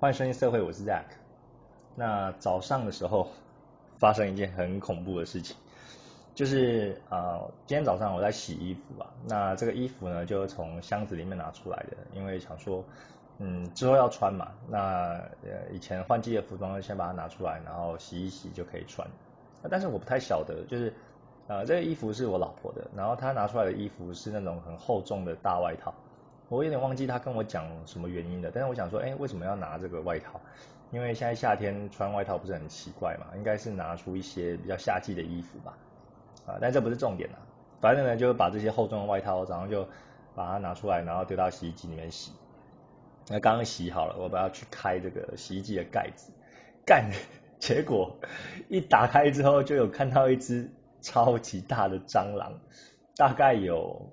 欢迎收听社会，我是 Zack。那早上的时候发生一件很恐怖的事情，就是今天早上我在洗衣服啊，那这个衣服呢就从箱子里面拿出来的，因为想说之后要穿嘛，那以前换季的服装先把它拿出来，然后洗一洗就可以穿。但是我不太晓得，就是这个衣服是我老婆的，然后她拿出来的衣服是那种很厚重的大外套。我有点忘记她跟我讲什么原因的，但是我想说，为什么要拿这个外套？因为现在夏天穿外套不是很奇怪嘛，应该是拿出一些比较夏季的衣服吧，但这不是重点啦，反正呢就把这些厚重的外套，早上就把它拿出来，然后丢到洗衣机里面洗。那刚刚洗好了，我把它去开这个洗衣机的盖子，干，结果一打开之后就有看到一只超级大的蟑螂，大概有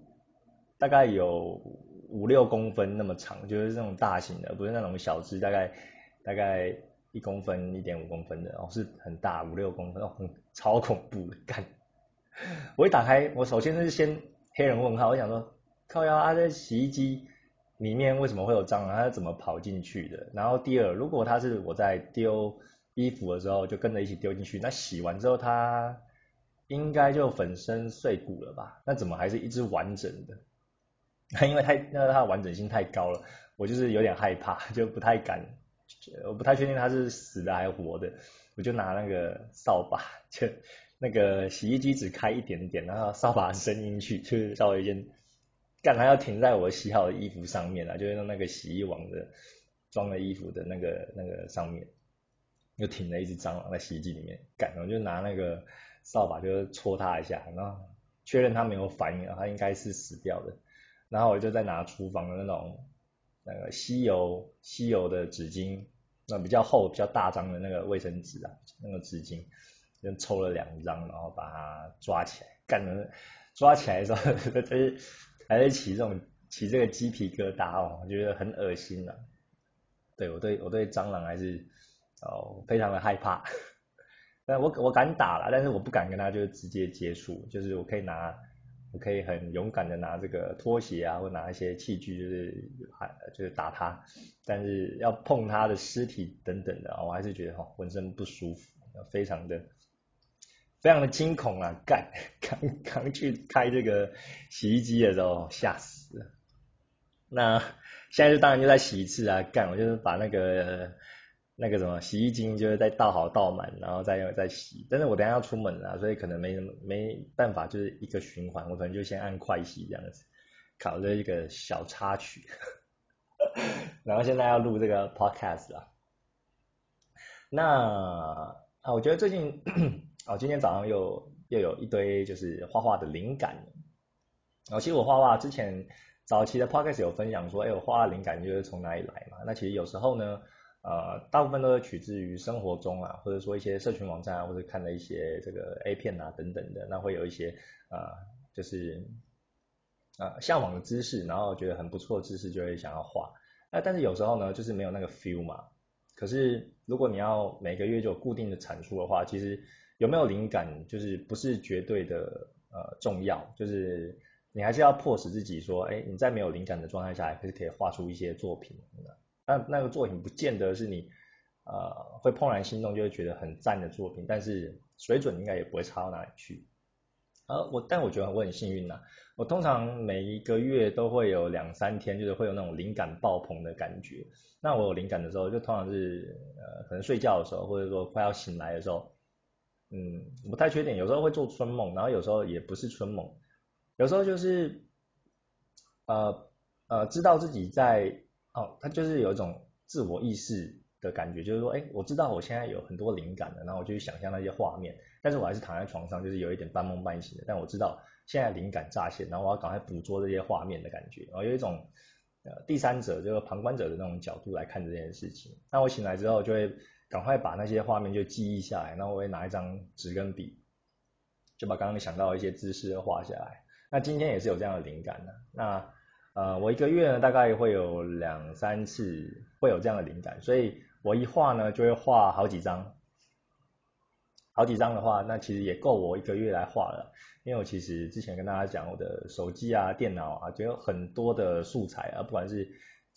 5-6公分那么长，就是这种大型的，不是那种小只，大概1公分、1.5公分的，是很大5-6公分，超恐怖的，干！我一打开，我首先是先黑人问号，我想说靠腰啊，在洗衣机里面为什么会有蟑螂？它是怎么跑进去的？然后第二，如果它是我在丢衣服的时候就跟着一起丢进去，那洗完之后它应该就粉身碎骨了吧？那怎么还是一只完整的？因为它的完整性太高了，我就是有点害怕，就不太敢，我不太确定它是死的还是活的，我就拿那个扫把，就那个洗衣机只开一点点，然后扫把伸进去，就是稍微一件，干它要停在我洗好的衣服上面啊，就是用那个洗衣网的装了衣服的那个上面，又停了一只蟑螂在洗衣机里面，干，我就拿那个扫把就戳它一下，然后确认它没有反应，它应该是死掉的。然后我就再拿厨房的那个吸油的纸巾，那比较厚、比较大张的那个卫生纸啊，那个纸巾，就抽了2张，然后把它抓起来，干了，抓起来的时候，还是起这个鸡皮疙瘩哦，我觉得很恶心啊。对我对蟑螂还是非常的害怕，但我敢打啦，但是我不敢跟它就是直接接触，就是我可以很勇敢的拿这个拖鞋啊，或拿一些器具，就是打它，但是要碰它的尸体等等的，我还是觉得浑身不舒服，非常的非常的惊恐啊！刚去开这个洗衣机的时候吓死了。那现在就当然就再洗一次啊，我就是把那个什么洗衣精就是再倒好倒满，然后再洗。但是我等一下要出门了，所以可能没办法，就是一个循环，我可能就先按快洗这样子，搞了一个小插曲。然后现在要录这个 podcast 了。那我觉得最近今天早上又有一堆就是画画的灵感。其实我画画之前早期的 podcast 有分享说，我画画灵感就是从哪里来嘛？那其实有时候呢，大部分都是取自于生活中啊，或者说一些社群网站啊，或者看了一些这个 A 片啊等等的，那会有一些就是向往的知识，然后觉得很不错的知识就会想要画。但是有时候呢，就是没有那个 feel 嘛。可是如果你要每个月就有固定的产出的话，其实有没有灵感就是不是绝对的重要，就是你还是要迫使自己说，你在没有灵感的状态下，还是可以画出一些作品。那个作品不见得是你会怦然心动，就会觉得很赞的作品，但是水准应该也不会差到哪里去。但我觉得我很幸运呐，我通常每一个月都会有2-3天，就是会有那种灵感爆棚的感觉。那我有灵感的时候，就通常是可能睡觉的时候，或者说快要醒来的时候，我不太确定，有时候会做春梦，然后有时候也不是春梦，有时候就是知道自己在他就是有一种自我意识的感觉，就是说，我知道我现在有很多灵感了，然后我就去想象那些画面，但是我还是躺在床上，就是有一点半梦半醒的，但我知道现在灵感乍现，然后我要赶快捕捉这些画面的感觉，然后有一种第三者就是旁观者的那种角度来看这件事情。那我醒来之后就会赶快把那些画面就记忆下来，然后我会拿一张纸跟笔，就把刚刚想到的一些姿势画下来。那今天也是有这样的灵感的。那我一个月呢大概会有2-3次会有这样的灵感，所以我一画呢就会画好几张，好几张的话，那其实也够我一个月来画了。因为我其实之前跟大家讲，我的手机啊、电脑啊，就有很多的素材啊，不管是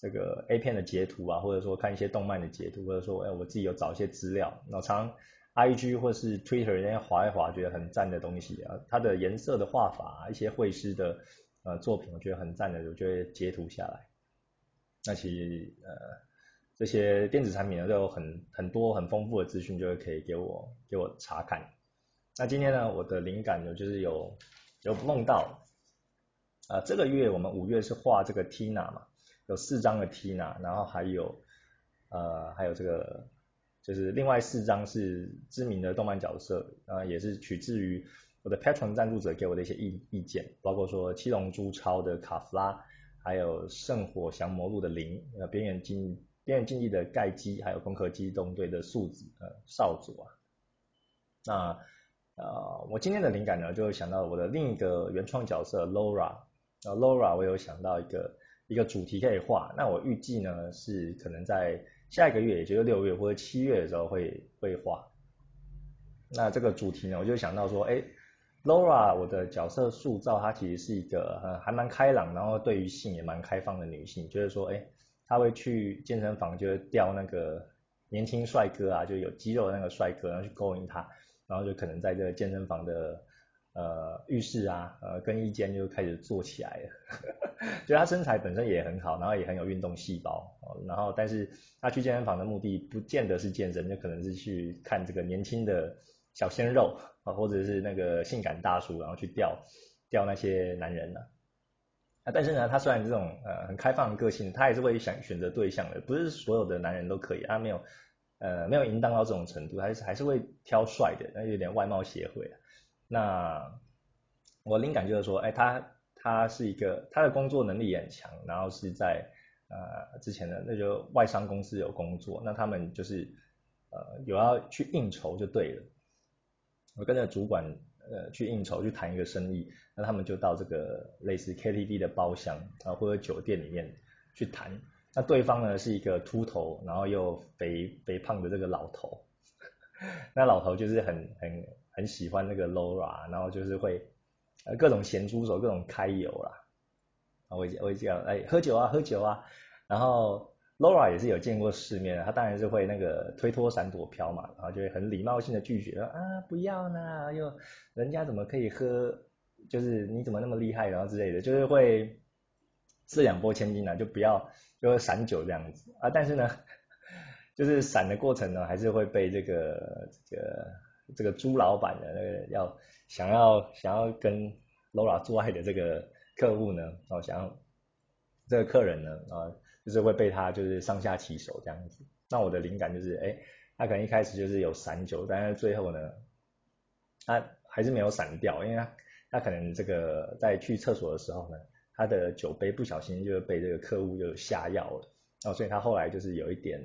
这个 A 片的截图啊，或者说看一些动漫的截图，或者说我自己有找一些资料，然后常 IG 或是 Twitter 那些划一划觉得很赞的东西啊，它的颜色的画法啊，一些绘师的作品，我觉得很赞的，我就会截图下来。那其实这些电子产品呢都有很多很丰富的资讯，就会可以给我查看。那今天呢，我的灵感呢就是有梦到，这个月我们5月是画这个 Tina 嘛，有4张的 Tina，然后还有这个就是另外4张是知名的动漫角色，也是取自于我的 Patreon 赞助者给我的一些意见，包括说七龙珠超的卡弗拉，还有圣火降魔录的灵，边缘竞技的盖基，还有攻壳机动队的素子少佐啊。那我今天的灵感呢，就想到我的另一个原创角色 Laura，Laura 我有想到一个主题可以画，那我预计呢是可能在下一个月，也就是6月或者7月的时候会画。那这个主题呢，我就想到说，Laura 我的角色塑造，她其实是一个还蛮开朗，然后对于性也蛮开放的女性，就是说，她会去健身房，就是钓那个年轻帅哥啊，就有肌肉的那个帅哥，然后去勾引他，然后就可能在这个健身房的浴室啊，更衣间就开始做起来了。就他身材本身也很好，然后也很有运动细胞，然后但是他去健身房的目的不见得是健身，就可能是去看这个年轻的小鲜肉啊，或者是那个性感大叔，然后去钓那些男人呢。但是呢，他虽然这种很开放的个性，他还是会想选择对象的，不是所有的男人都可以，他没有淫荡到这种程度，还是会挑帅的，那有点外貌协会。那我灵感就是说，他是一个他的工作能力也很强，然后是在之前的那个外商公司有工作，那他们就是有要去应酬就对了。我跟着主管去应酬去谈一个生意，那他们就到这个类似 KTV 的包厢啊或者酒店里面去谈。那对方呢是一个秃头，然后又肥胖的这个老头。那老头就是很喜欢那个 Laura，然后就是会各种咸猪手，各种开油啦。我会这样，喝酒啊喝酒啊。然后 Laura 也是有见过世面的，她当然是会那个推脱闪躲飘嘛，然后就会很礼貌性的拒绝啊不要呢，又人家怎么可以喝，就是你怎么那么厉害，然后之类的，就是会四两拨千斤啊，就不要就是闪酒这样子啊。但是呢，就是闪的过程呢，还是会被这个朱老板的那个想要跟 Laura 做爱的这个客户呢，这个客人呢，就是会被他就是上下其手这样子。那我的灵感就是，他可能一开始就是有闪酒，但是最后呢，他还是没有闪掉，因为他可能这个在去厕所的时候呢，他的酒杯不小心就被这个客户就下药了，所以他后来就是有一点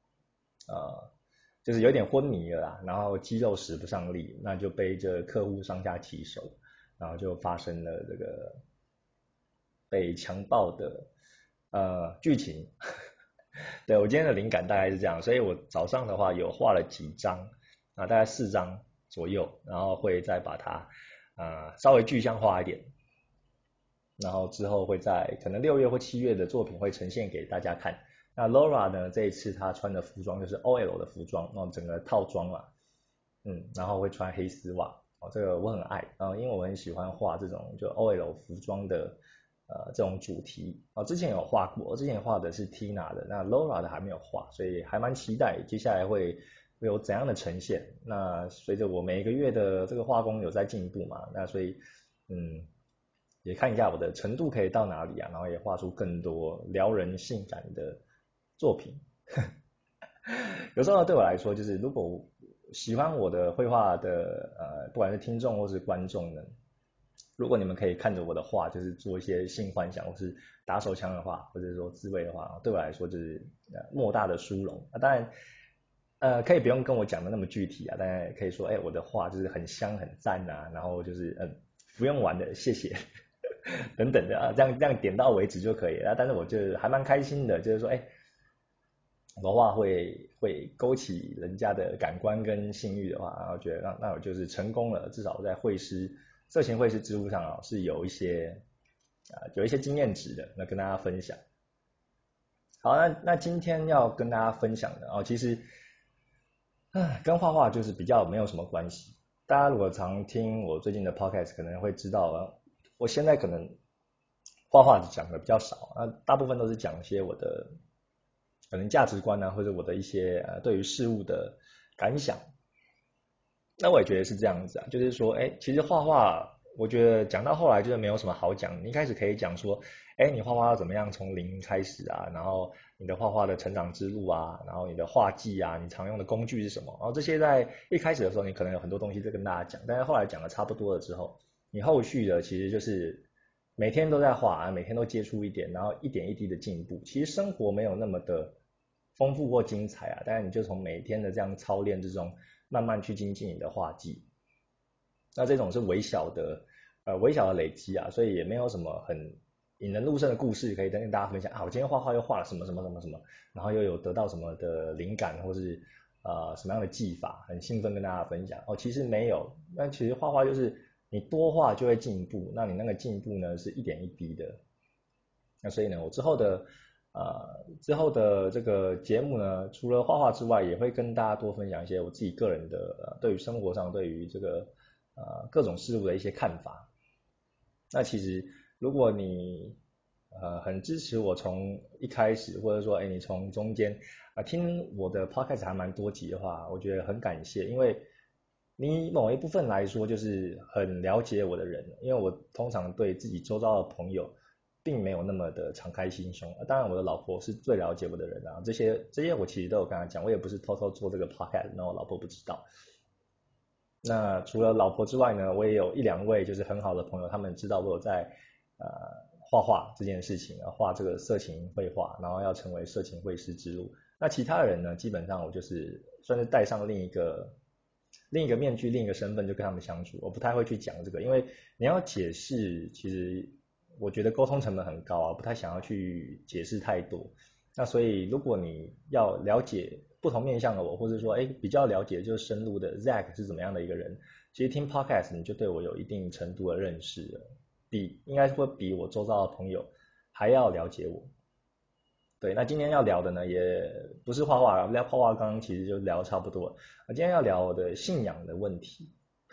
就是有点昏迷了啦，然后肌肉使不上力，那就背着客户上下其手，然后就发生了这个被强暴的剧情。对，我今天的灵感大概是这样，所以我早上的话有画了几张大概4张左右，然后会再把它稍微具象化一点，然后之后会在可能6月或7月的作品会呈现给大家看。那 Laura 呢，这一次她穿的服装就是 OL 的服装，整个套装啊，然后会穿黑丝袜，这个我很爱，因为我很喜欢画这种就 OL 服装的这种主题，之前有画过，之前画的是 Tina 的，那 Laura 的还没有画，所以还蛮期待接下来会有怎样的呈现。那随着我每一个月的这个画工有在进步嘛，那所以也看一下我的程度可以到哪里啊，然后也画出更多撩人性感的作品。有时候对我来说，就是如果喜欢我的绘画的不管是听众或是观众呢，如果你们可以看着我的画，就是做一些性幻想或是打手枪的话，或者说自慰的话，对我来说就是莫大的殊荣。当然可以不用跟我讲的那么具体啊，当然可以说我的画就是很香很赞啊，然后就是不用玩的，谢谢。等等的啊，这样点到为止就可以了。但是我就还蛮开心的，就是说，我的话会勾起人家的感官跟性欲的话，然后觉得那我就是成功了，至少在色情绘师之路上是有一些经验值的，那跟大家分享。 好，那今天要跟大家分享的其实跟画画就是比较没有什么关系。大家如果常听我最近的 podcast，可能会知道我现在可能画画讲的比较少，大部分都是讲一些我的可能价值观或者我的一些对于事物的感想。那我也觉得是这样子就是说，其实画画，我觉得讲到后来就是没有什么好讲。你一开始可以讲说，你画画要怎么样从零开始然后你的画画的成长之路然后你的画技你常用的工具是什么，然后这些在一开始的时候，你可能有很多东西在跟大家讲，但是后来讲的差不多了之后，你后续的其实就是每天都在画每天都接触一点，然后一点一滴的进步。其实生活没有那么的丰富或精彩但是你就从每天的这样操练之中，慢慢去精进你的画技。那这种是微小的累积所以也没有什么很引人入胜的故事可以跟大家分享我今天画画又画了什么什么什么什么，然后又有得到什么的灵感，或是什么样的技法，很兴奋跟大家分享其实没有。那其实画画就是你多画就会进步，那你那个进步呢是一点一滴的。那所以呢，我之后的这个节目呢，除了画画之外，也会跟大家多分享一些我自己个人的对于生活上对于这个各种事物的一些看法。那其实如果你很支持我从一开始，或者说你从中间听我的 podcast 还蛮多集的话，我觉得很感谢，因为你某一部分来说就是很了解我的人，因为我通常对自己周遭的朋友并没有那么的敞开心胸，当然我的老婆是最了解我的人这些我其实都有跟她讲，我也不是偷偷做这个 podcast，那我老婆不知道。那除了老婆之外呢，我也有一两位就是很好的朋友，他们知道我有在呃画画这件事情画这个色情绘画，然后要成为色情绘师之路。那其他人呢，基本上我就是算是戴上另一个面具，另一个身份就跟他们相处，我不太会去讲这个，因为你要解释，其实我觉得沟通成本很高不太想要去解释太多。那所以如果你要了解不同面向的我，或者说比较了解就是深入的 Zack 是怎么样的一个人，其实听 Podcast 你就对我有一定程度的认识了，应该会比我周遭的朋友还要了解我。对，那今天要聊的呢，也不是画画，聊画画刚刚其实就聊差不多了。今天要聊我的信仰的问题。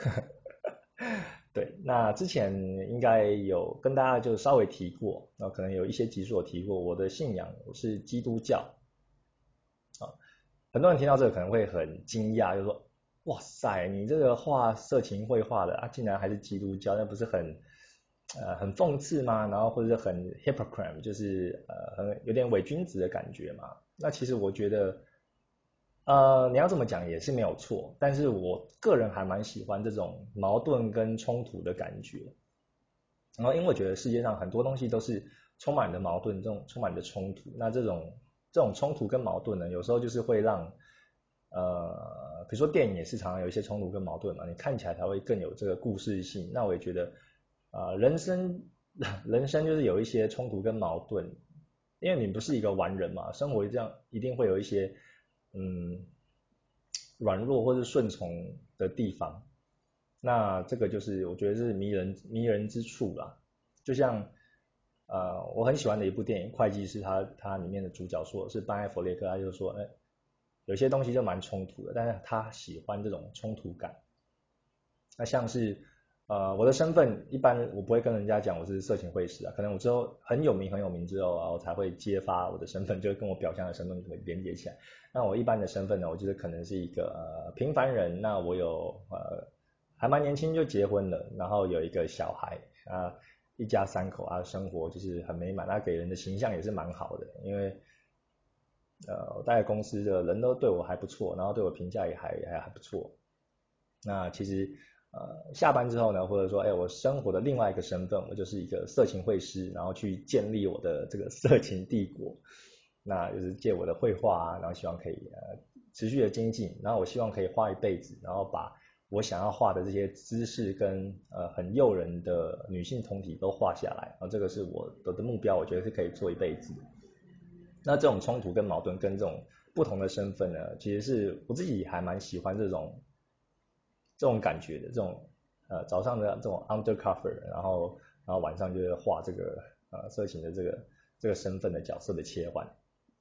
对，那之前应该有跟大家就稍微提过，那可能有一些集数有提过，我的信仰是基督教很多人听到这个可能会很惊讶，就说：“哇塞，你这个画色情绘画的竟然还是基督教，那不是很讽刺吗？然后或者是很 hypocrite，就是很有点伪君子的感觉嘛。”那其实我觉得，你要这么讲也是没有错，但是我个人还蛮喜欢这种矛盾跟冲突的感觉。然后因为我觉得世界上很多东西都是充满的矛盾，这种充满的冲突。那这种冲突跟矛盾呢，有时候就是会让比如说电影也是常常有一些冲突跟矛盾嘛，你看起来才会更有这个故事性。那我也觉得人生人生就是有一些冲突跟矛盾，因为你不是一个完人嘛，生活这样一定会有一些嗯软弱或是顺从的地方。那这个就是我觉得是迷人之处啦。就像我很喜欢的一部电影《会计师》，它里面的主角说是班艾弗列克，他就说，有些东西就蛮冲突的，但是他喜欢这种冲突感。那像是我的身份，一般我不会跟人家讲我是色情会师可能我之后很有名之后我才会揭发我的身份，就跟我表象的身份会连接起来。那我一般的身份呢，我觉得可能是一个平凡人。那我有还蛮年轻就结婚了，然后有一个小孩一家三口生活就是很美满，给人的形象也是蛮好的，因为我待公司的人都对我还不错，然后对我评价也还不错。那其实下班之后呢，或者说我生活的另外一个身份，我就是一个色情绘师，然后去建立我的这个色情帝国。那就是借我的绘画然后希望可以持续的精进，然后我希望可以画一辈子，然后把我想要画的这些姿势跟很诱人的女性同体都画下来，然后这个是我的目标，我觉得是可以做一辈子。那这种冲突跟矛盾跟这种不同的身份呢，其实是我自己还蛮喜欢这种感觉的，这种早上的这种 undercover，然后晚上就是画这个色情的这个身份的角色的切换。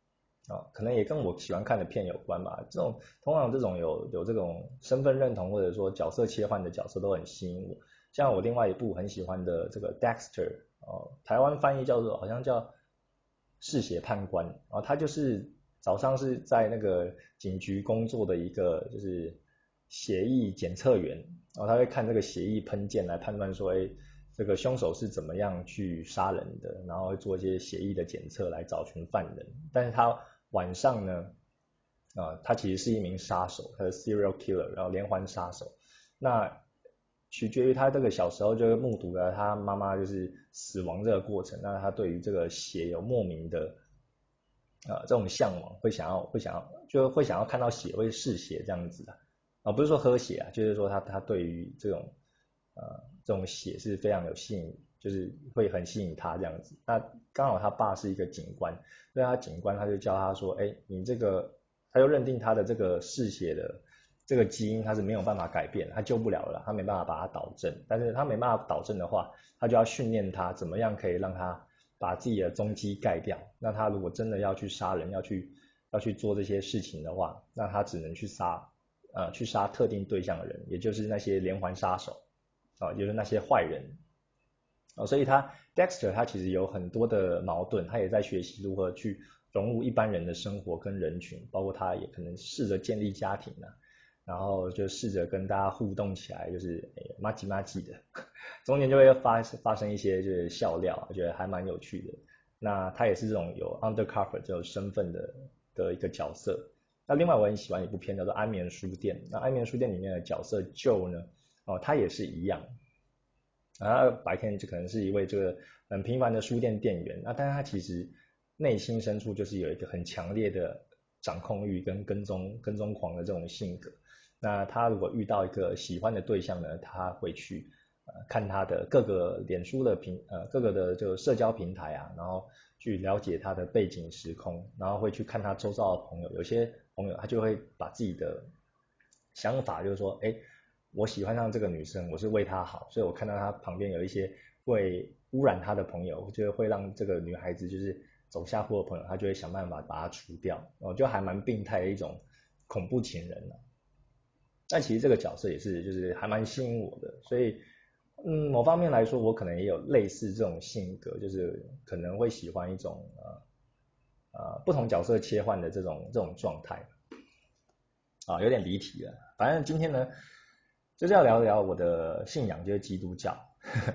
可能也跟我喜欢看的片有关吧。通常这种有这种身份认同或者说角色切换的角色都很吸引我。像我另外一部很喜欢的这个 Dexter，台湾翻译好像叫嗜血判官，然后他就是早上是在那个警局工作的一个就是血液检测员，然后他会看这个血液喷溅来判断说，哎，这个凶手是怎么样去杀人的，然后会做一些血液的检测来找寻犯人。但是他晚上呢，他其实是一名杀手，他是 serial killer，然后连环杀手。那取决于他这个小时候就目睹了他妈妈就是死亡这个过程，那他对于这个血有莫名的这种向往，会想要看到血，会嗜血这样子的不是说喝血啊，就是说他对于这种血是非常有吸引，就是会很吸引他这样子。那刚好他爸是一个警官，所以他警官他就教他说，哎，你这个他就认定他的这个嗜血的这个基因他是没有办法改变，他救不了了，他没办法把它导正。但是他没办法导正的话，他就要训练他怎么样可以让他把自己的踪迹盖掉。那他如果真的要去杀人，要去做这些事情的话，那他只能去杀特定对象的人，也就是那些连环杀手也就是那些坏人所以Dexter 他其实有很多的矛盾，他也在学习如何去融入一般人的生活跟人群，包括他也可能试着建立家庭然后就试着跟大家互动起来，就是麻吉麻吉的，中间就会发生一些就是笑料，我觉得还蛮有趣的。那他也是这种有 undercover 这种身份的一个角色。那另外我很喜欢一部片叫做《安眠书店》，那《安眠书店》里面的角色 Joe 呢，他也是一样，他白天就可能是一位这个很平凡的书店店员，但是他其实内心深处就是有一个很强烈的掌控欲跟跟踪狂的这种性格。那他如果遇到一个喜欢的对象呢，他会去看他的各个脸书的各个的这个社交平台然后去了解他的背景时空，然后会去看他周遭的朋友，有些朋友他就会把自己的想法就是说，哎，我喜欢上这个女生，我是为她好，所以我看到她旁边有一些会污染她的朋友，就会让这个女孩子就是走下坡的朋友，他就会想办法把她除掉，就还蛮病态的一种恐怖情人但其实这个角色也是就是还蛮吸引我的，所以某方面来说，我可能也有类似这种性格，就是可能会喜欢一种不同角色切换的这种状态有点离题了。反正今天呢，就是要聊聊我的信仰，就是基督教。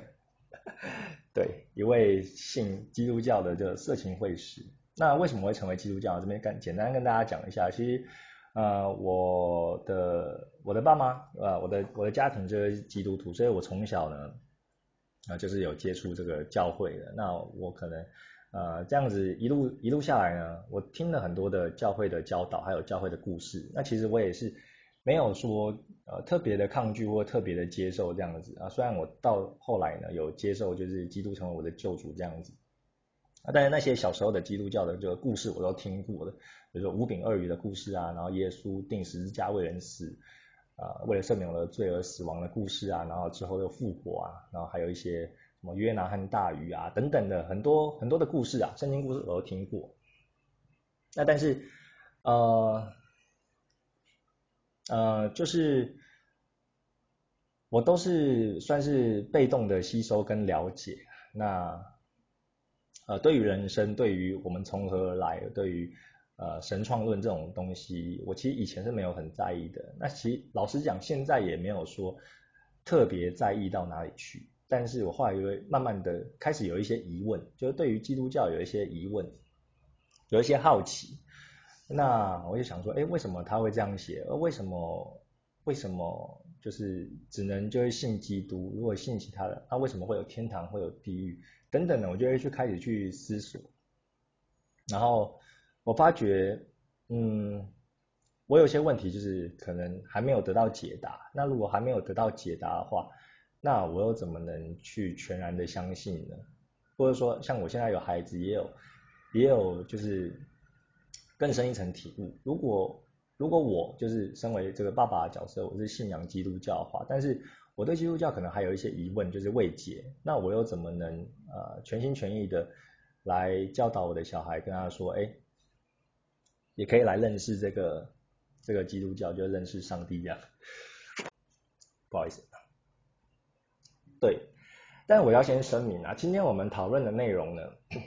对，一位信基督教的这个色情会师。那为什么会成为基督教？这边简单跟大家讲一下。其实，我的爸妈，我的家庭就是基督徒，所以我从小呢，就是有接触这个教会的。那我可能这样子一路下来呢，我听了很多的教会的教导，还有教会的故事。那其实我也是没有说特别的抗拒或特别的接受这样子虽然我到后来呢有接受就是基督成为我的救主这样子但是那些小时候的基督教的这个故事我都听过的，比如说五饼二鱼的故事然后耶稣钉十字架为人死为了赦免我的罪而死亡的故事然后之后又复活然后还有一些什么约拿和大鱼等等的很多很多的故事圣经故事我都听过。那但是就是我都是算是被动的吸收跟了解。那对于人生，对于我们从何而来，对于神创论这种东西，我其实以前是没有很在意的。那其实老实讲，现在也没有说特别在意到哪里去。但是我后来就会慢慢的开始有一些疑问，就是对于基督教有一些疑问，有一些好奇。那我就想说，哎，为什么他会这样写？为什么就是只能就是信基督？如果信其他的，那为什么会有天堂，会有地狱等等的？我就会开始去思索。然后我发觉，我有些问题就是可能还没有得到解答。那如果还没有得到解答的话，那我又怎么能去全然的相信呢？或者说，像我现在有孩子，也有就是更深一层体悟。如果我就是身为这个爸爸的角色，我是信仰基督教的话，但是我对基督教可能还有一些疑问，就是未解。那我又怎么能全心全意的来教导我的小孩，跟他说，哎， 也可以来认识这个基督教，就认识上帝这样。不好意思，对，但我要先声明啊，今天我们讨论的内容呢，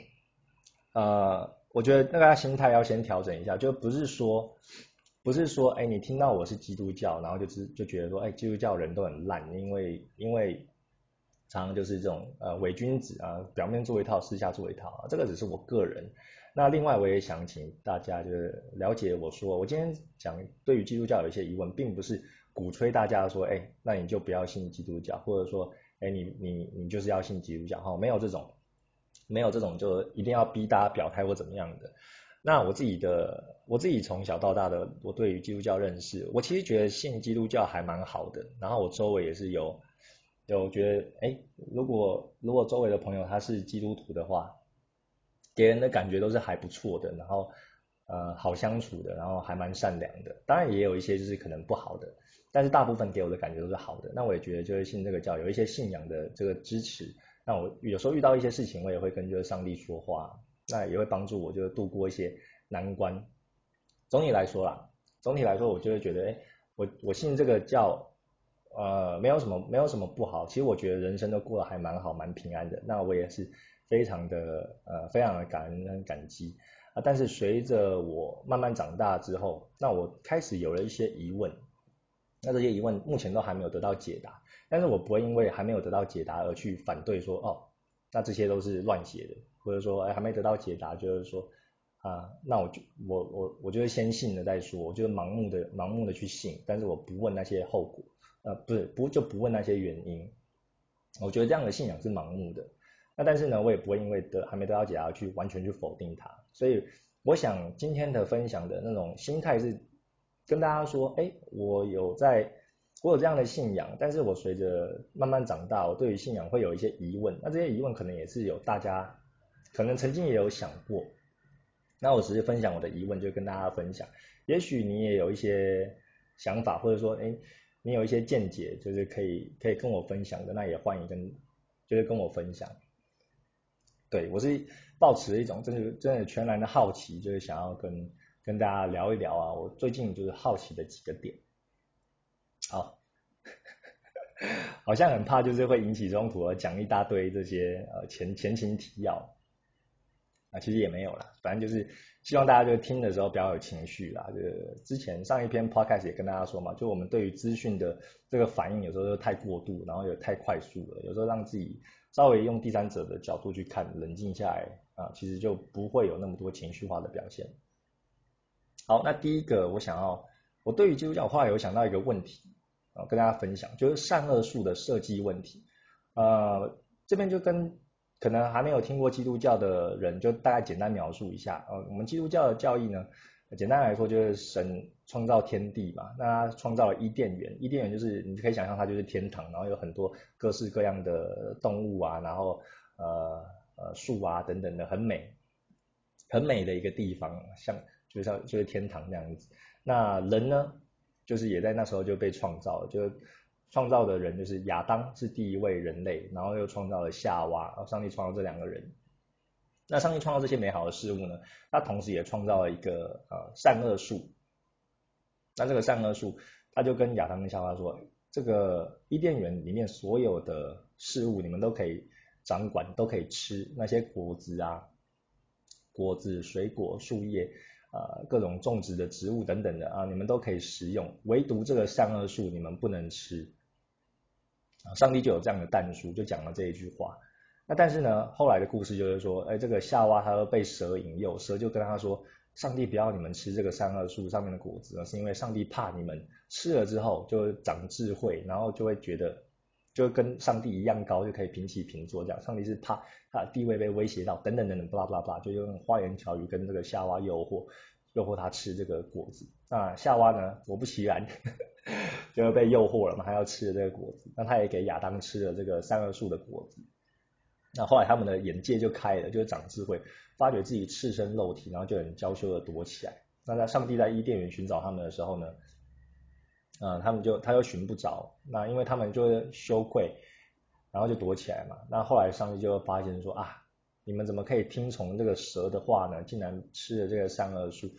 我觉得大家心态要先调整一下，就不是说，哎，你听到我是基督教，然后就觉得说，哎，基督教人都很烂，因为常常就是这种伪君子啊，表面做一套，私下做一套啊，这个只是我个人。那另外我也想请大家就是了解我说，我今天讲对于基督教有一些疑问，并不是鼓吹大家说，哎，那你就不要信基督教，或者说，哎，你就是要信基督教，哈，没有这种就一定要逼大家表态或怎么样的。那我自己从小到大的我对于基督教认识，我其实觉得信基督教还蛮好的。然后我周围也是有觉得，哎，如果周围的朋友他是基督徒的话，给人的感觉都是还不错的，然后好相处的，然后还蛮善良的。当然也有一些就是可能不好的，但是大部分给我的感觉都是好的。那我也觉得就是信这个教有一些信仰的这个支持。那我有时候遇到一些事情，我也会跟就是上帝说话，那也会帮助我就是度过一些难关。总体来说啦，总体来说我就会觉得，哎，我信这个教，没有什么不好。其实我觉得人生都过得还蛮好，蛮平安的。那我也是非常的感恩跟感激啊。但是随着我慢慢长大之后，那我开始有了一些疑问，那这些疑问目前都还没有得到解答。但是我不会因为还没有得到解答而去反对说，哦，那这些都是乱写的，或者说，哎，还没得到解答，就是说，那我就是先信了再说，我就盲目的去信，但是我不问那些后果，不问那些原因，我觉得这样的信仰是盲目的。那但是呢，我也不会因为还没得到解答去完全去否定它。所以我想今天的分享的那种心态是跟大家说，哎，我有这样的信仰，但是我随着慢慢长大，我对于信仰会有一些疑问。那这些疑问可能也是有大家可能曾经也有想过。那我只是分享我的疑问，就跟大家分享。也许你也有一些想法，或者说，哎，你有一些见解，就是可以跟我分享的，那也欢迎就是跟我分享。对，我是抱持一种真的全然的好奇，就是想要跟大家聊一聊啊，我最近就是好奇的几个点。好，好像很怕就是会引起冲突而讲一大堆这些前情提要啊，其实也没有啦，反正就是希望大家就听的时候不要有情绪啦。就是之前上一篇 podcast 也跟大家说嘛，就我们对于资讯的这个反应有时候就太过度，然后也太快速了，有时候让自己稍微用第三者的角度去看，冷静下来啊，其实就不会有那么多情绪化的表现。好，那第一个我对于基督教后来有想到一个问题啊，跟大家分享，就是善恶树的设计问题。这边就跟可能还没有听过基督教的人，就大概简单描述一下。我们基督教的教义呢，简单来说就是神创造天地嘛，那他创造了伊甸园，伊甸园就是你可以想象它就是天堂，然后有很多各式各样的动物啊，然后树啊等等的，很美的一个地方，就是天堂那样子。那人呢，就是也在那时候就被创造了，就创造的人就是亚当是第一位人类，然后又创造了夏娃，然后上帝创造这两个人。那上帝创造这些美好的事物呢，他同时也创造了一个善恶树。那这个善恶树，他就跟亚当跟夏娃说，这个伊甸园里面所有的事物，你们都可以掌管，都可以吃那些果子啊，果子、水果、树叶，各种种植的植物等等的啊，你们都可以食用，唯独这个善恶树你们不能吃。上帝就有这样的但书，就讲了这一句话。那但是呢，后来的故事就是说，哎，这个夏娃她被蛇引诱，蛇就跟她说，上帝不要你们吃这个善恶树上面的果子呢，是因为上帝怕你们吃了之后就长智慧，然后就会觉得就跟上帝一样高，就可以平起平坐这样。上帝是怕他的地位被威胁到，等等等等，巴拉巴拉巴拉，就用花言巧语跟这个夏娃诱惑他吃这个果子。那夏娃呢，果不其然就被诱惑了嘛，他要吃了这个果子。那他也给亚当吃了这个善恶树的果子。那后来他们的眼界就开了，就是长智慧，发觉自己赤身露体，然后就很娇羞的躲起来。那在上帝在伊甸园寻找他们的时候呢，他又寻不着，那因为他们就羞愧，然后就躲起来嘛。那后来上帝就发现说啊，你们怎么可以听从这个蛇的话呢？竟然吃了这个善恶树。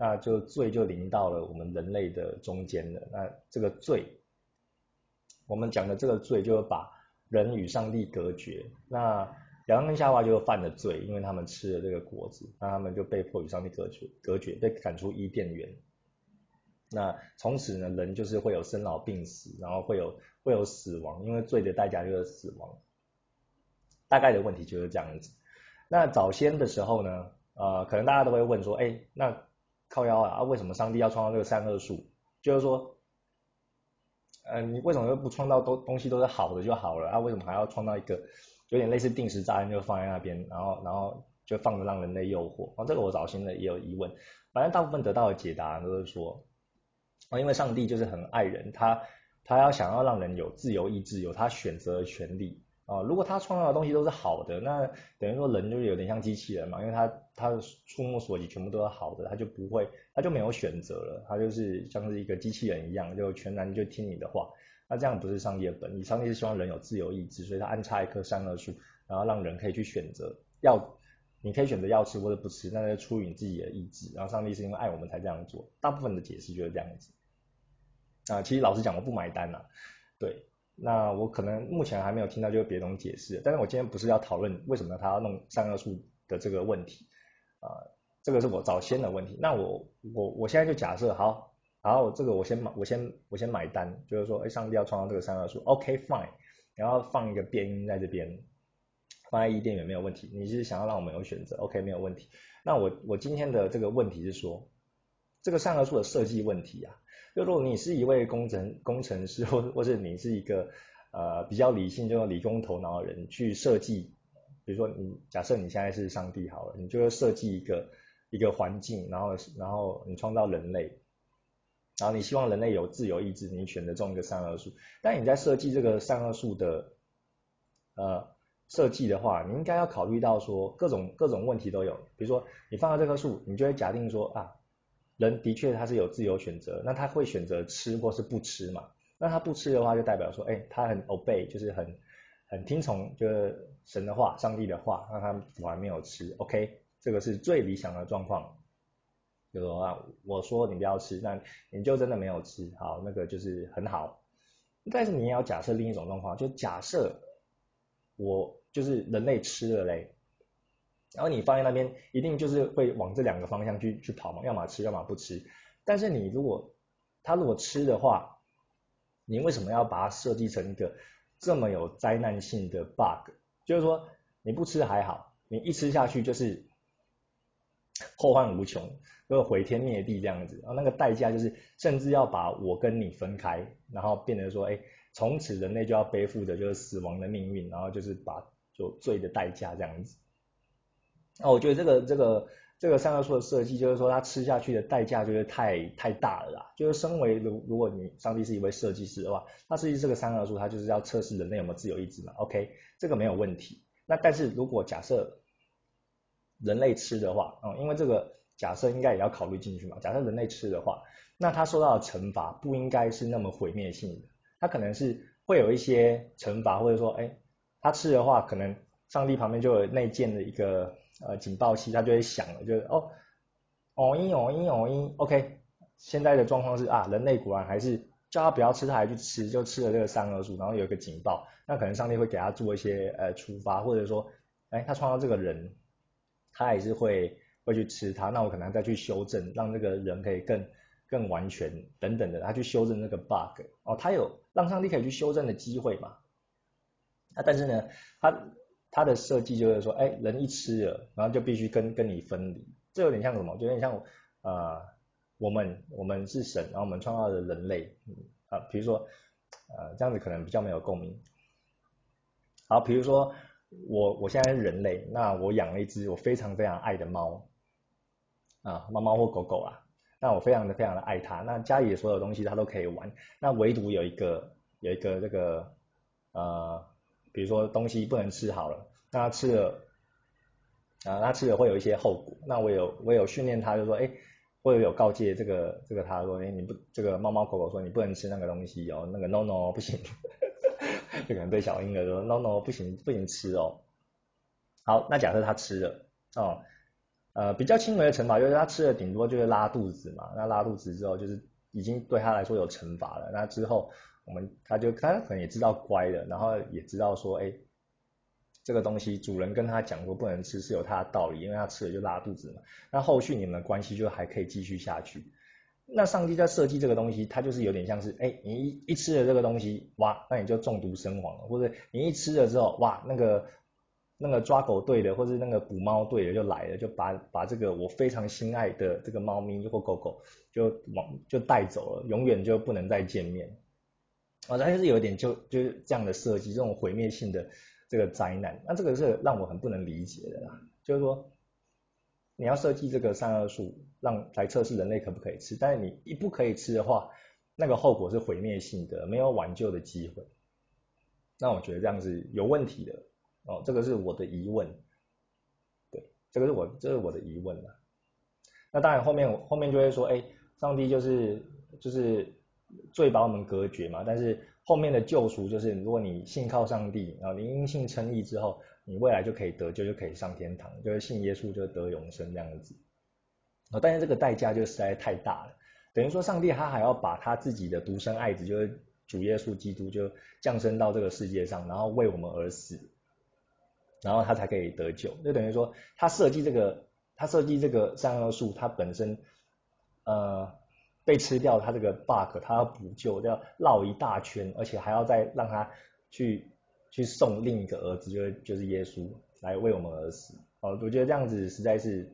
那就罪就临到了我们人类的中间了。那这个罪，我们讲的这个罪就是把人与上帝隔绝。那亚当跟夏娃就犯了罪，因为他们吃了这个果子，那他们就被迫与上帝隔绝，被赶出伊甸园。那从此呢，人就是会有生老病死，然后会有死亡，因为罪的代价就是死亡。大概的问题就是这样子。那早先的时候呢，可能大家都会问说，那靠腰啊，为什么上帝要创造这个善恶树？就是说，你为什么不创造东西都是好的就好了啊？为什么还要创造一个有点类似定时炸弹就放在那边，然后就放着让人类诱惑？这个我早先的也有疑问，反正大部分得到的解答都是说，因为上帝就是很爱人，他想要让人有自由意志，有他选择的权利。如果他创造的东西都是好的，那等于说人就有点像机器人嘛，因为他的触目所及全部都是好的，他就没有选择了，他就是像是一个机器人一样，就全然就听你的话。那这样不是上帝的本意，上帝是希望人有自由意志，所以他安插一棵善恶树，然后让人可以去选择，你可以选择要吃或者不吃，那是出于你自己的意志。然后上帝是因为爱我们才这样做，大部分的解释就是这样子。其实老实讲，我不买单啦，对。那我可能目前还没有听到就是别种解释，但是我今天不是要讨论为什么他要弄善恶树的这个问题，这个是我早先的问题。那我现在就假设好，这个我先买单，就是说，上帝要创造这个善恶树 ，OK fine，然后放一个变音在这边，放在伊甸园没有问题。你是想要让我们有选择 ，OK 没有问题。那我今天的这个问题是说，这个善恶树的设计问题啊。就如果你是一位工程师，或是你是一个比较理性，就是理工头脑的人去设计，比如说假设你现在是上帝好了，你就会设计一个环境，然后你创造人类，然后你希望人类有自由意志，你选择种一个善恶树。但你在设计这个善恶树的设计的话，你应该要考虑到说各种问题都有，比如说你放到这棵树，你就会假定说人的确他是有自由选择，那他会选择吃或是不吃嘛？那他不吃的话，就代表说，他很 obey，就是很听从，就是神的话、上帝的话，那他果然没有吃 ，OK， 这个是最理想的状况。就是说我说你不要吃，那你就真的没有吃，好，那个就是很好。但是你也要假设另一种状况，就假设我就是人类吃了嘞，然后你放在那边，一定就是会往这两个方向去跑嘛，要么吃，要么不吃。但是他如果吃的话，你为什么要把它设计成一个这么有灾难性的 bug？就是说你不吃还好，你一吃下去就是后患无穷，就是毁天灭地这样子。然后那个代价就是甚至要把我跟你分开，然后变成说，从此人类就要背负的就是死亡的命运，然后就是就罪的代价这样子。我觉得这个善恶树的设计，就是说它吃下去的代价就是太大了啦。就是身为如果你上帝是一位设计师的话，他设计这个善恶树，他就是要测试人类有没有自由意志嘛。OK，这个没有问题。那但是如果假设人类吃的话，因为这个假设应该也要考虑进去嘛。假设人类吃的话，那他受到的惩罚不应该是那么毁灭性的，他可能是会有一些惩罚，或者说，他吃的话，可能上帝旁边就有内建的一个警报器，它就会响了，就是OK，现在的状况是人类果然还是叫他不要吃，他还去吃，就吃了这个善恶树，然后有一个警报，那可能上帝会给他做一些处罚，或者说，他创造这个人，他还是会去吃它，那我可能再去修正，让这个人可以更完全等等的，他去修正那个 bug，他有让上帝可以去修正的机会嘛。但是呢，它的设计就是说，人一吃了，然后就必须跟你分离，这有点像什么？就有点像我们是神，然后我们创造的人类，比如说这样子可能比较没有共鸣。好，比如说我现在是人类，那我养了一只我非常非常爱的猫猫或狗狗啊，那我非常非常的爱它，那家里的所有东西它都可以玩，那唯独有一个这个比如说东西不能吃好了，那他吃了会有一些后果。那我有训练他，就说，或者有告诫这个他说，你不这个猫猫狗狗说你不能吃那个东西哦，那个 no no 不行，就可能对小婴儿说 no no 不行吃哦。好，那假设他吃了比较轻微的惩罚就是他吃了顶多就是拉肚子嘛，那拉肚子之后就是已经对他来说有惩罚了，那之后他可能也知道乖了，然后也知道说，哎，这个东西主人跟他讲过不能吃是有他的道理，因为他吃了就拉肚子嘛，那后续你们的关系就还可以继续下去。那上帝在设计这个东西，它就是有点像是，哎，你一吃了这个东西，哇，那你就中毒身亡了，或者你一吃了之后，哇，那个抓狗队的或者那个捕猫队的就来了，就把这个我非常心爱的这个猫咪或狗狗就带走了，永远就不能再见面。它就是有一点就是这样的设计，这种毁灭性的这个灾难，那这个是让我很不能理解的啦，就是说。你要设计这个善恶树，来测试人类可不可以吃，但是你一不可以吃的话，那个后果是毁灭性的，没有挽救的机会。那我觉得这样是有问题的哦，这个是我的疑问。对，这是我的疑问了。那当然后面就会说，哎，上帝就是罪把我们隔绝嘛，但是后面的救赎就是，如果你信靠上帝，然后你因信称义之后，你未来就可以得救，就可以上天堂，就是信耶稣就得永生这样子。但是这个代价就实在太大了，等于说上帝他还要把他自己的独生爱子，就是主耶稣基督，就降生到这个世界上，然后为我们而死，然后他才可以得救。就等于说他设计这个善恶树，它本身被吃掉，它这个 bug 它要补救，要绕一大圈，而且还要再让他去送另一个儿子，就是耶稣来为我们而死。我觉得这样子实在是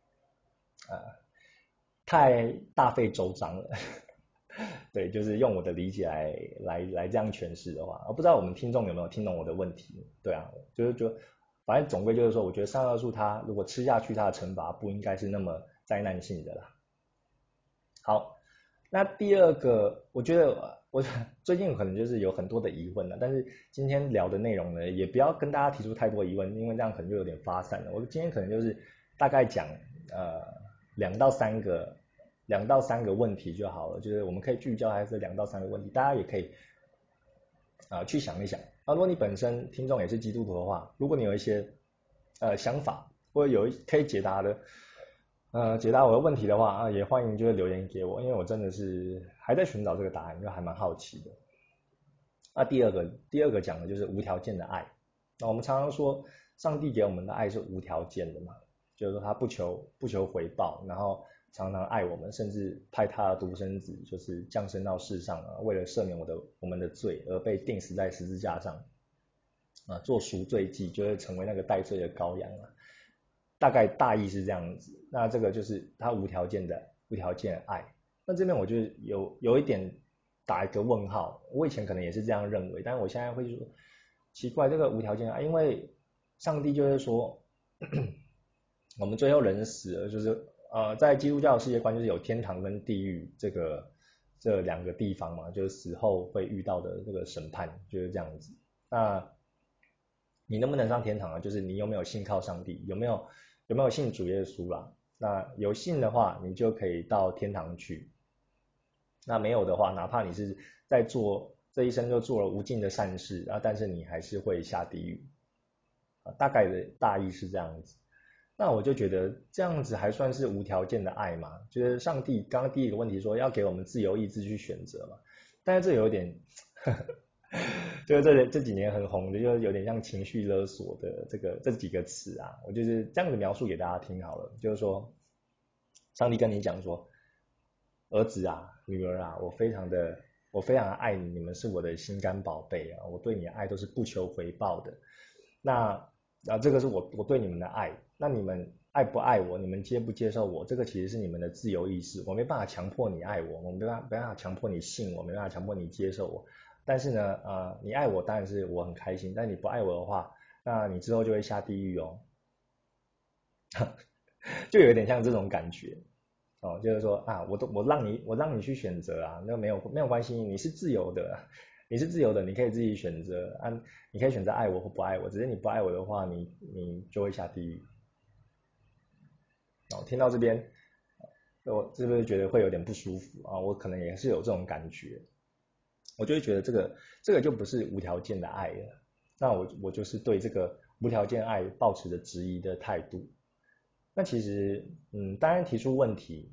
太大费周章了。对，就是用我的理解来这样诠释的话，不知道我们听众有没有听懂我的问题？对啊，反正总归就是说，我觉得善恶树它如果吃下去，它的惩罚不应该是那么灾难性的啦。好，那第二个，我觉得我最近可能就是有很多的疑问了，但是今天聊的内容呢，也不要跟大家提出太多疑问，因为这样可能就有点发散了。我今天可能就是大概讲两到三个问题就好了，就是我们可以聚焦在这2到3个问题，大家也可以去想一想。如果你本身听众也是基督徒的话，如果你有一些想法或者可以解答我的问题的话也欢迎就是留言给我，因为我真的是还在寻找这个答案，就还蛮好奇的。那第二个讲的就是无条件的爱。那我们常常说，上帝给我们的爱是无条件的嘛，就是说他不求回报，然后常常爱我们，甚至派他的独生子就是降生到世上为了赦免我们的罪而被钉死在十字架上做赎罪祭，就会成为那个代罪的羔羊大概大意是这样子。那这个就是他无条件的爱。那这边我就有一点打一个问号，我以前可能也是这样认为，但是我现在会说奇怪，这个无条件的爱，因为上帝就是说我们最后人死了，就是在基督教的世界观就是有天堂跟地狱这两个地方嘛，就是死后会遇到的这个审判就是这样子。那你能不能上天堂就是你有没有信靠上帝，有没有信主耶稣啦？那有信的话，你就可以到天堂去。那没有的话，哪怕你是这一生就做了无尽的善事但是你还是会下地狱大概的大意是这样子。那我就觉得这样子还算是无条件的爱嘛？就是上帝刚刚第一个问题说要给我们自由意志去选择嘛，但是这有点就是这几年很红的，就是有点像情绪勒索的这几个词我就是这样子描述给大家听好了，就是说，上帝跟你讲说，儿子女儿我非常的爱你，你们是我的心肝宝贝我对你的爱都是不求回报的。那这个是我对你们的爱，那你们爱不爱我，你们接不接受我，这个其实是你们的自由意识，我没办法强迫你爱我，我没办法强迫你信我，没办法强迫你接受我。但是呢，你爱我当然是我很开心，但你不爱我的话，那你之后就会下地狱哦，就有点像这种感觉就是说我让你去选择那没有关系，你是自由的，你是自由的，你可以自己选择你可以选择爱我或不爱我，只是你不爱我的话，你就会下地狱。听到这边，我是不是觉得会有点不舒服我可能也是有这种感觉，我就会觉得这个就不是无条件的爱了。那我就是对这个无条件爱抱持着质疑的态度。 那其实当然提出问题，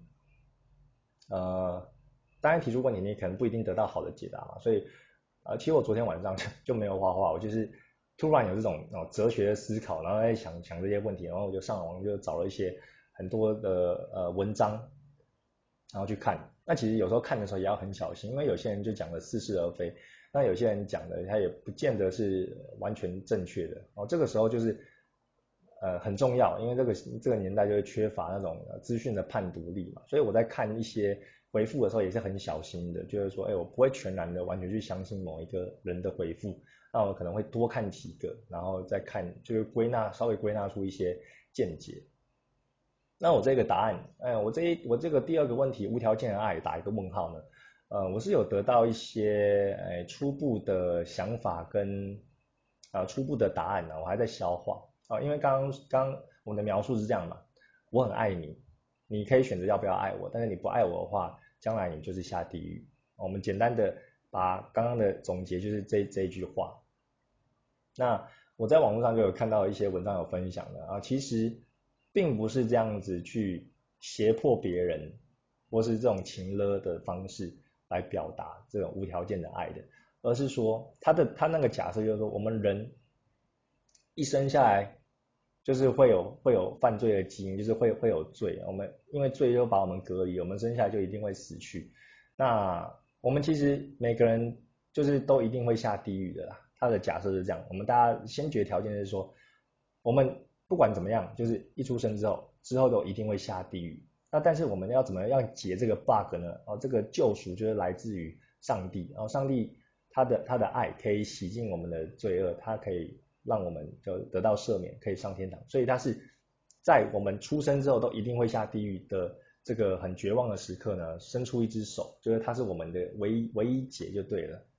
当然提出问题你可能不一定得到好的解答嘛，所以其实我昨天晚上就没有画画，我就是突然有这种哲学的思考，然后在想这些问题，然后我就上网就找了一些很多的文章，然后去看。那其实有时候看的时候也要很小心，因为有些人就讲的似是而非，那有些人讲的他也不见得是完全正确的。这个时候就是很重要，因为这个年代就是缺乏那种资讯的判读力嘛，所以我在看一些回复的时候也是很小心的，就是说，我不会全然的完全去相信某一个人的回复，那我可能会多看几个，然后再看，就是稍微归纳出一些见解。那我这个答案，我这个第二个问题无条件的爱打一个问号呢，我是有得到一些初步的想法跟初步的答案呢，我还在消化因为刚我的描述是这样嘛，我很爱你，你可以选择要不要爱我，但是你不爱我的话，将来你就是下地狱。我们简单的把刚刚的总结就是这一句话。那我在网络上就有看到一些文章有分享的其实并不是这样子去胁迫别人，或是这种情勒的方式来表达这种无条件的爱的，而是说他那个假设就是说，我们人一生下来就是会有犯罪的基因，就是会有罪，我们因为罪就把我们隔离，我们生下来就一定会死去。那我们其实每个人就是都一定会下地狱的啦。他的假设是这样，我们大家先决条件是说，我们不管怎么样，就是一出生之后都一定会下地狱。那但是我们要怎么样解这个 bug 呢？这个救赎就是来自于上帝，上帝他的爱可以洗净我们的罪恶，他可以让我们就得到赦免，可以上天堂。所以他是在我们出生之后都一定会下地狱的这个很绝望的时刻呢，伸出一只手，就是他是我们的唯一解就对了。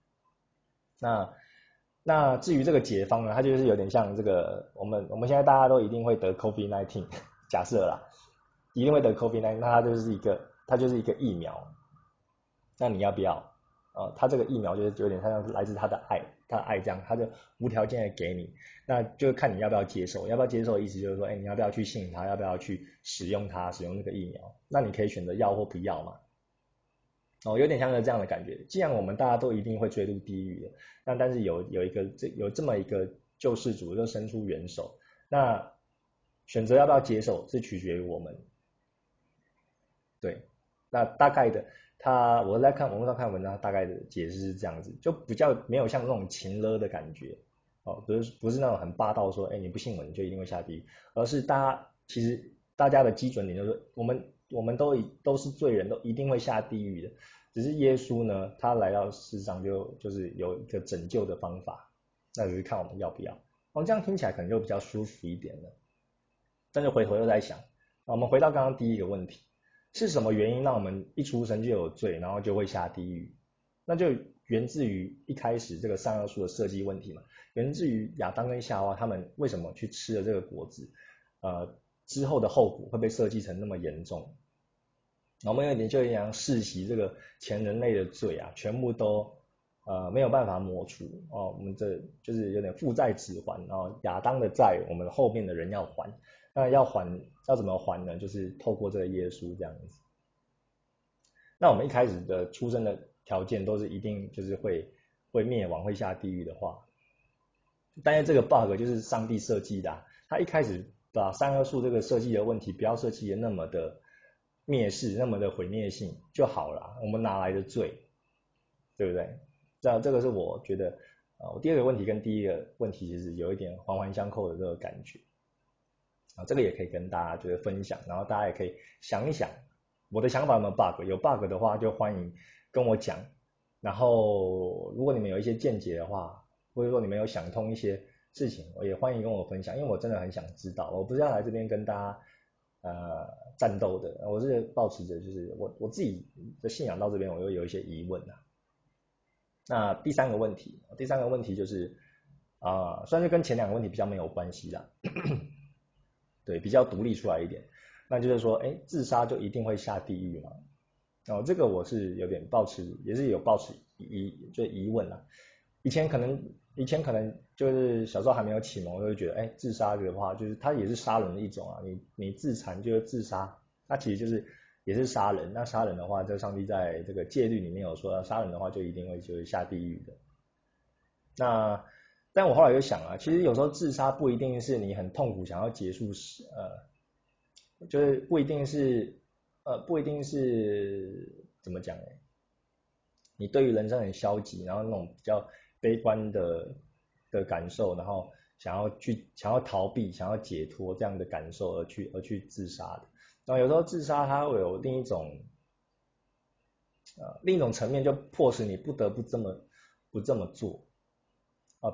那至于这个解方呢，它就是有点像这个我们现在大家都一定会得 COVID-19， 假设啦，一定会得 COVID-19， 那它就是一个疫苗。那你要不要？它这个疫苗就是有点像是来自他的爱这样，他就无条件的给你，那就看你要不要接受。要不要接受的意思就是说，你要不要去信他，要不要去使用这个疫苗？那你可以选择要或不要嘛。有点像是这样的感觉。既然我们大家都一定会坠入地狱的，但是有这么一个救世主就伸出援手，那选择要不要接受是取决于我们。对，那大概的我在网络上看文章，大概的解释是这样子，就比较没有像那种情勒的感觉不是那种很霸道说，你不信我你就一定会下地狱，而是其实大家的基准点就是我们都是罪人，都一定会下地狱的，只是耶稣呢，他来到世上就是有一个拯救的方法，那就是看我们要不要。这样听起来可能就比较舒服一点了。但是回头又在想，我们回到刚刚第一个问题，是什么原因让我们一出生就有罪，然后就会下地狱？那就源自于一开始这个善恶树的设计问题嘛，源自于亚当跟夏娃他们为什么去吃了这个果子，之后的后果会被设计成那么严重。我们有点像世袭这个前人类的罪全部都没有办法抹除我们这就是有点负债指还亚当的债我们后面的人要还，那要怎么还呢？就是透过这个耶稣这样子。那我们一开始的出生的条件都是一定就是会灭亡会下地狱的话，但是这个 bug 就是上帝设计的他一开始把善恶树这个设计的问题不要设计的那么的蔑视，那么的毁灭性就好了，我们哪来的罪，对不对？这个是我觉得我第二个问题跟第一个问题其实有一点环环相扣的这个感觉这个也可以跟大家就是分享，然后大家也可以想一想我的想法有没有 bug， 有 bug 的话就欢迎跟我讲，然后如果你们有一些见解的话，或者说你们有想通一些事情，我也欢迎跟我分享，因为我真的很想知道，我不是要来这边跟大家战斗的，我是抱持着就是我自己的信仰到这边，我又有一些疑问那第三个问题就是算是跟前两个问题比较没有关系啦，对，比较独立出来一点，那就是说，自杀就一定会下地狱吗？这个我是有点也是有抱持疑问啦。 以前可能就是小时候还没有启蒙，就会觉得，哎，自杀的话，就是它也是杀人的一种啊。你自残就是自杀，它其实就是也是杀人。那杀人的话，这上帝在这个戒律里面有说，杀人的话就一定会就是下地狱的。那但我后来就想啊，其实有时候自杀不一定是你很痛苦想要结束时，就是不一定是怎么讲呢？你对于人生很消极，然后那种比较悲观的感受，然后想要逃避、想要解脱这样的感受而去自杀的。然后有时候自杀它会有另一种层面，就迫使你不得不这么做啊，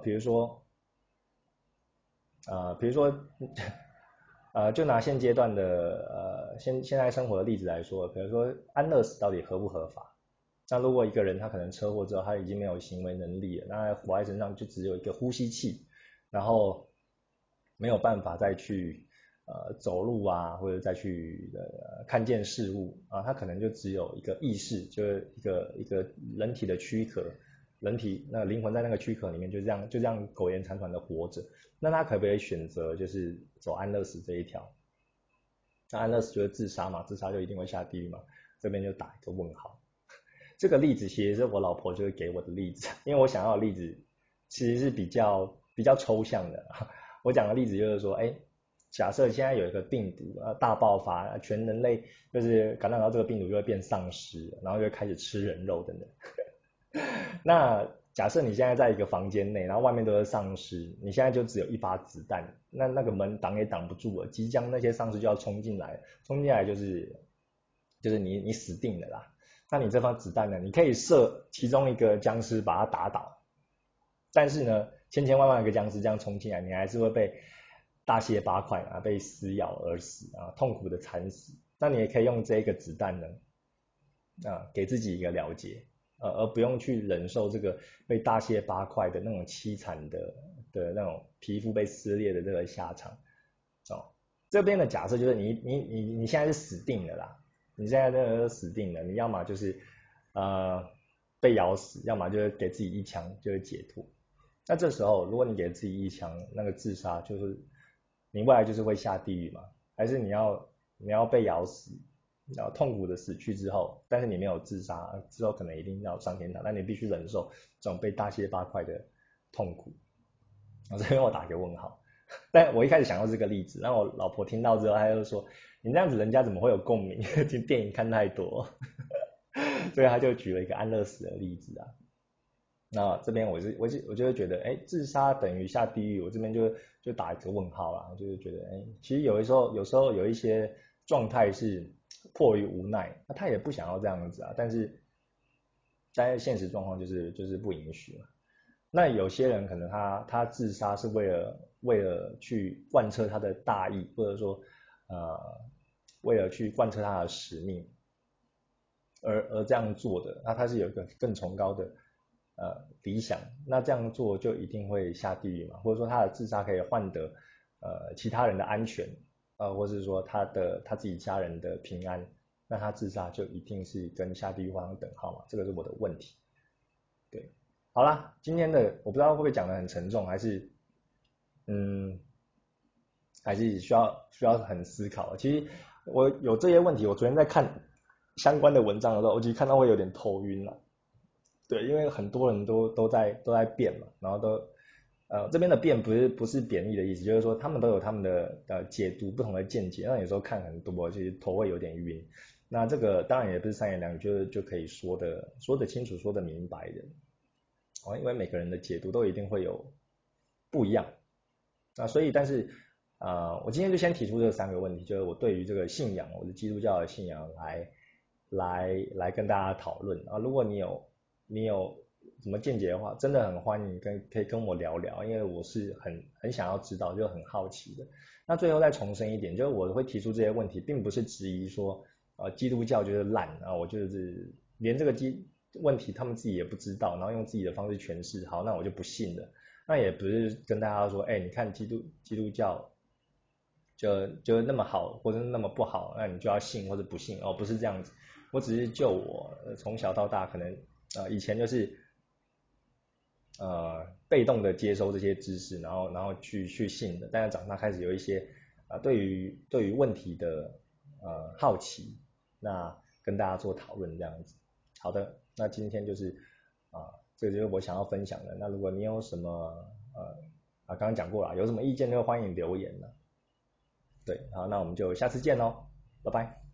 比如说就拿现阶段的现在生活的例子来说，比如说安乐死到底合不合法？那如果一个人他可能车祸之后他已经没有行为能力了，那活在身上就只有一个呼吸器，然后没有办法再去走路啊，或者再去看见事物啊，他可能就只有一个意识，就是一个人体的躯壳，人体那灵魂在那个躯壳里面就这样苟延残喘的活着。那他可不可以选择就是走安乐死这一条？那安乐死就是自杀嘛，自杀就一定会下地狱嘛？这边就打一个问号。这个例子其实是我老婆就是给我的例子，因为我想要的例子其实是比较抽象的。我讲的例子就是说，哎，假设现在有一个病毒大爆发，全人类就是感染到这个病毒就会变丧尸，然后就会开始吃人肉等等。那假设你现在在一个房间内，然后外面都是丧尸，你现在就只有一发子弹，那个门挡也挡不住了，即将那些丧尸就要冲进来，冲进来就是你死定了啦。那你这发子弹呢？你可以射其中一个僵尸把它打倒，但是呢，千千万万个僵尸这样冲进来，你还是会被大卸八块啊，被撕咬而死啊，痛苦的惨死。那你也可以用这个子弹呢，给自己一个了结，而不用去忍受这个被大卸八块的那种凄惨的那种皮肤被撕裂的这个下场。哦，这边的假设就是你现在是死定了啦，你现在真的是死定了，你要么就是被咬死，要么就是给自己一枪就是解脱。那这时候如果你给自己一枪，那个自杀就是你未来就是会下地狱嘛？还是你要被咬死，然后痛苦的死去之后，但是你没有自杀，之后可能一定要上天堂，但你必须忍受这种被大卸八块的痛苦。这边我打个问号。但我一开始想到这个例子，然后我老婆听到之后，她就说：“你这样子，人家怎么会有共鸣？电影看太多。”所以她就举了一个安乐死的例子啊。那这边我就会觉得，哎，自杀等于下地狱，我这边就打一个问号啦，就是觉得，哎，其实有时候有一些状态是迫于无奈，那他也不想要这样子啊，但是在现实状况就是不允许嘛。那有些人可能他自杀是为了去贯彻他的大义，或者说为了去贯彻他的使命而这样做的，那他是有一个更崇高的理想，那这样做就一定会下地狱嘛？或者说他的自杀可以换得其他人的安全或者是说他自己家人的平安，那他自杀就一定是跟下地狱画上等号嘛？这个是我的问题。对。好啦，今天的我不知道会不会讲得很沉重，嗯，还是需要很思考。其实我有这些问题，我昨天在看相关的文章的时候，我其实看到会有点头晕了。对，因为很多人都在辩嘛，然后这边的辩不是贬义的意思，就是说他们都有他们的解读不同的见解，那有时候看很多，其实头会有点晕。那这个当然也不是三言两语就可以说得清楚、说得明白的。因为每个人的解读都一定会有不一样所以但是我今天就先提出这三个问题，就是我对于这个信仰，我的基督教的信仰来跟大家讨论如果你有什么见解的话，真的很欢迎可以跟我聊聊，因为我是很想要知道，就很好奇的。那最后再重申一点，就是我会提出这些问题，并不是质疑说基督教就是烂我就是连这个问题他们自己也不知道，然后用自己的方式诠释，好，那我就不信了。那也不是跟大家说，哎，你看基督教就那么好，或者那么不好，那你就要信或者不信不是这样子。我只是就我从小到大可能以前就是被动的接收这些知识，然后去信的，但是长大开始有一些对于问题的好奇，那跟大家做讨论这样子。好的，那今天就是这个就是我想要分享的。那如果你有什么刚刚讲过了，有什么意见就欢迎留言了。对，好，那我们就下次见喽，拜拜。